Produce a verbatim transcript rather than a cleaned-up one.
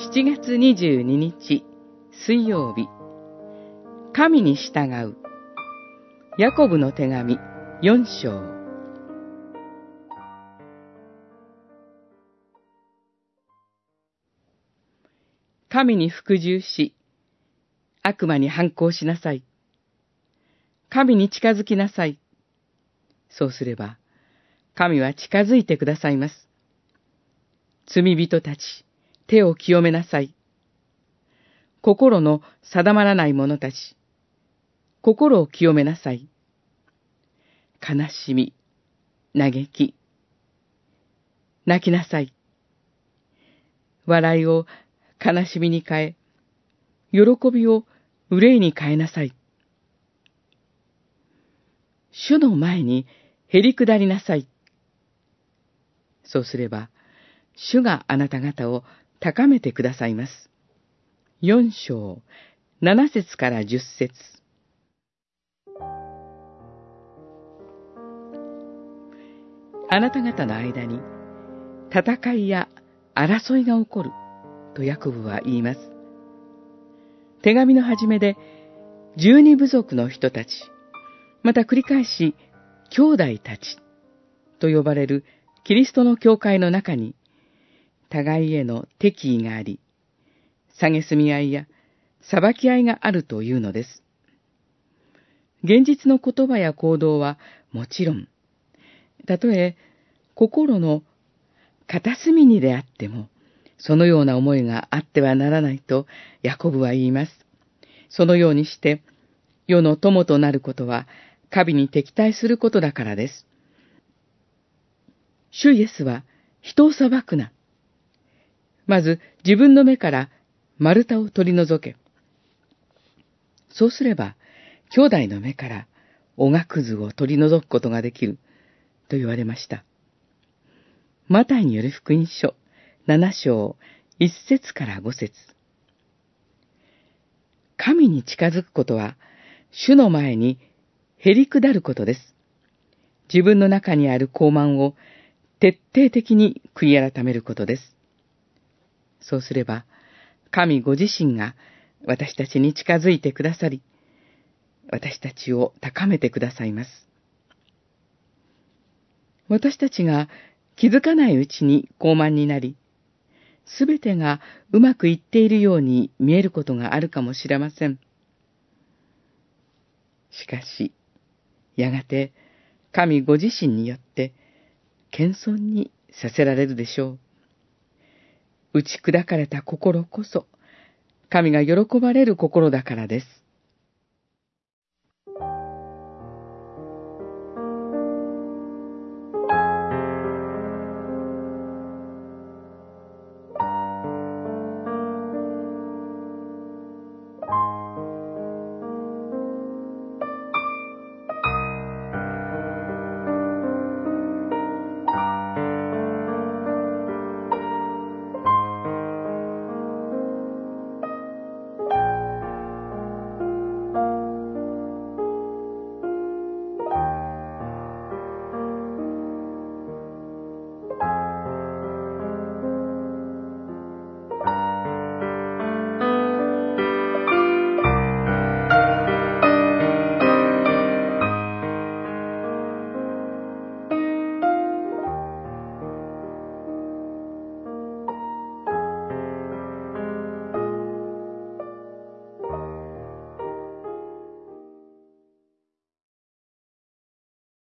しちがつにじゅうににち水曜日、神に従う。ヤコブの手紙よん章。神に服従し、悪魔に反抗しなさい。神に近づきなさい。そうすれば、神は近づいてくださいます。罪人たち、手を清めなさい。心の定まらない者たち、心を清めなさい。悲しみ、嘆き、泣きなさい。笑いを悲しみに変え、喜びを憂いに変えなさい。主の前にへり下りなさい。そうすれば、主があなた方を高めてくださいます。四章、七節から十節。あなた方の間に戦いや争いが起こるとヤコブは言います。手紙の始めで十二部族の人たち、また繰り返し兄弟たちと呼ばれるキリストの教会の中に互いへの敵意があり、蔑み合いや裁き合いがあるというのです。現実の言葉や行動はもちろん、たとえ心の片隅にであっても、そのような思いがあってはならないとヤコブは言います。そのようにして世の友となることは神に敵対することだからです。主イエスは人を裁くな。まず自分の目から丸太を取り除け。そうすれば兄弟の目からおがくずを取り除くことができると言われました。マタイによる福音書七章一節から五節。神に近づくことは主の前にへり下ることです。自分の中にある傲慢を徹底的に悔い改めることです。そうすれば、神ご自身が私たちに近づいてくださり、私たちを高めてくださいます。私たちが気づかないうちに傲慢になり、すべてがうまくいっているように見えることがあるかもしれません。しかし、やがて神ご自身によって謙遜にさせられるでしょう。打ち砕かれた心こそ、神が喜ばれる心だからです。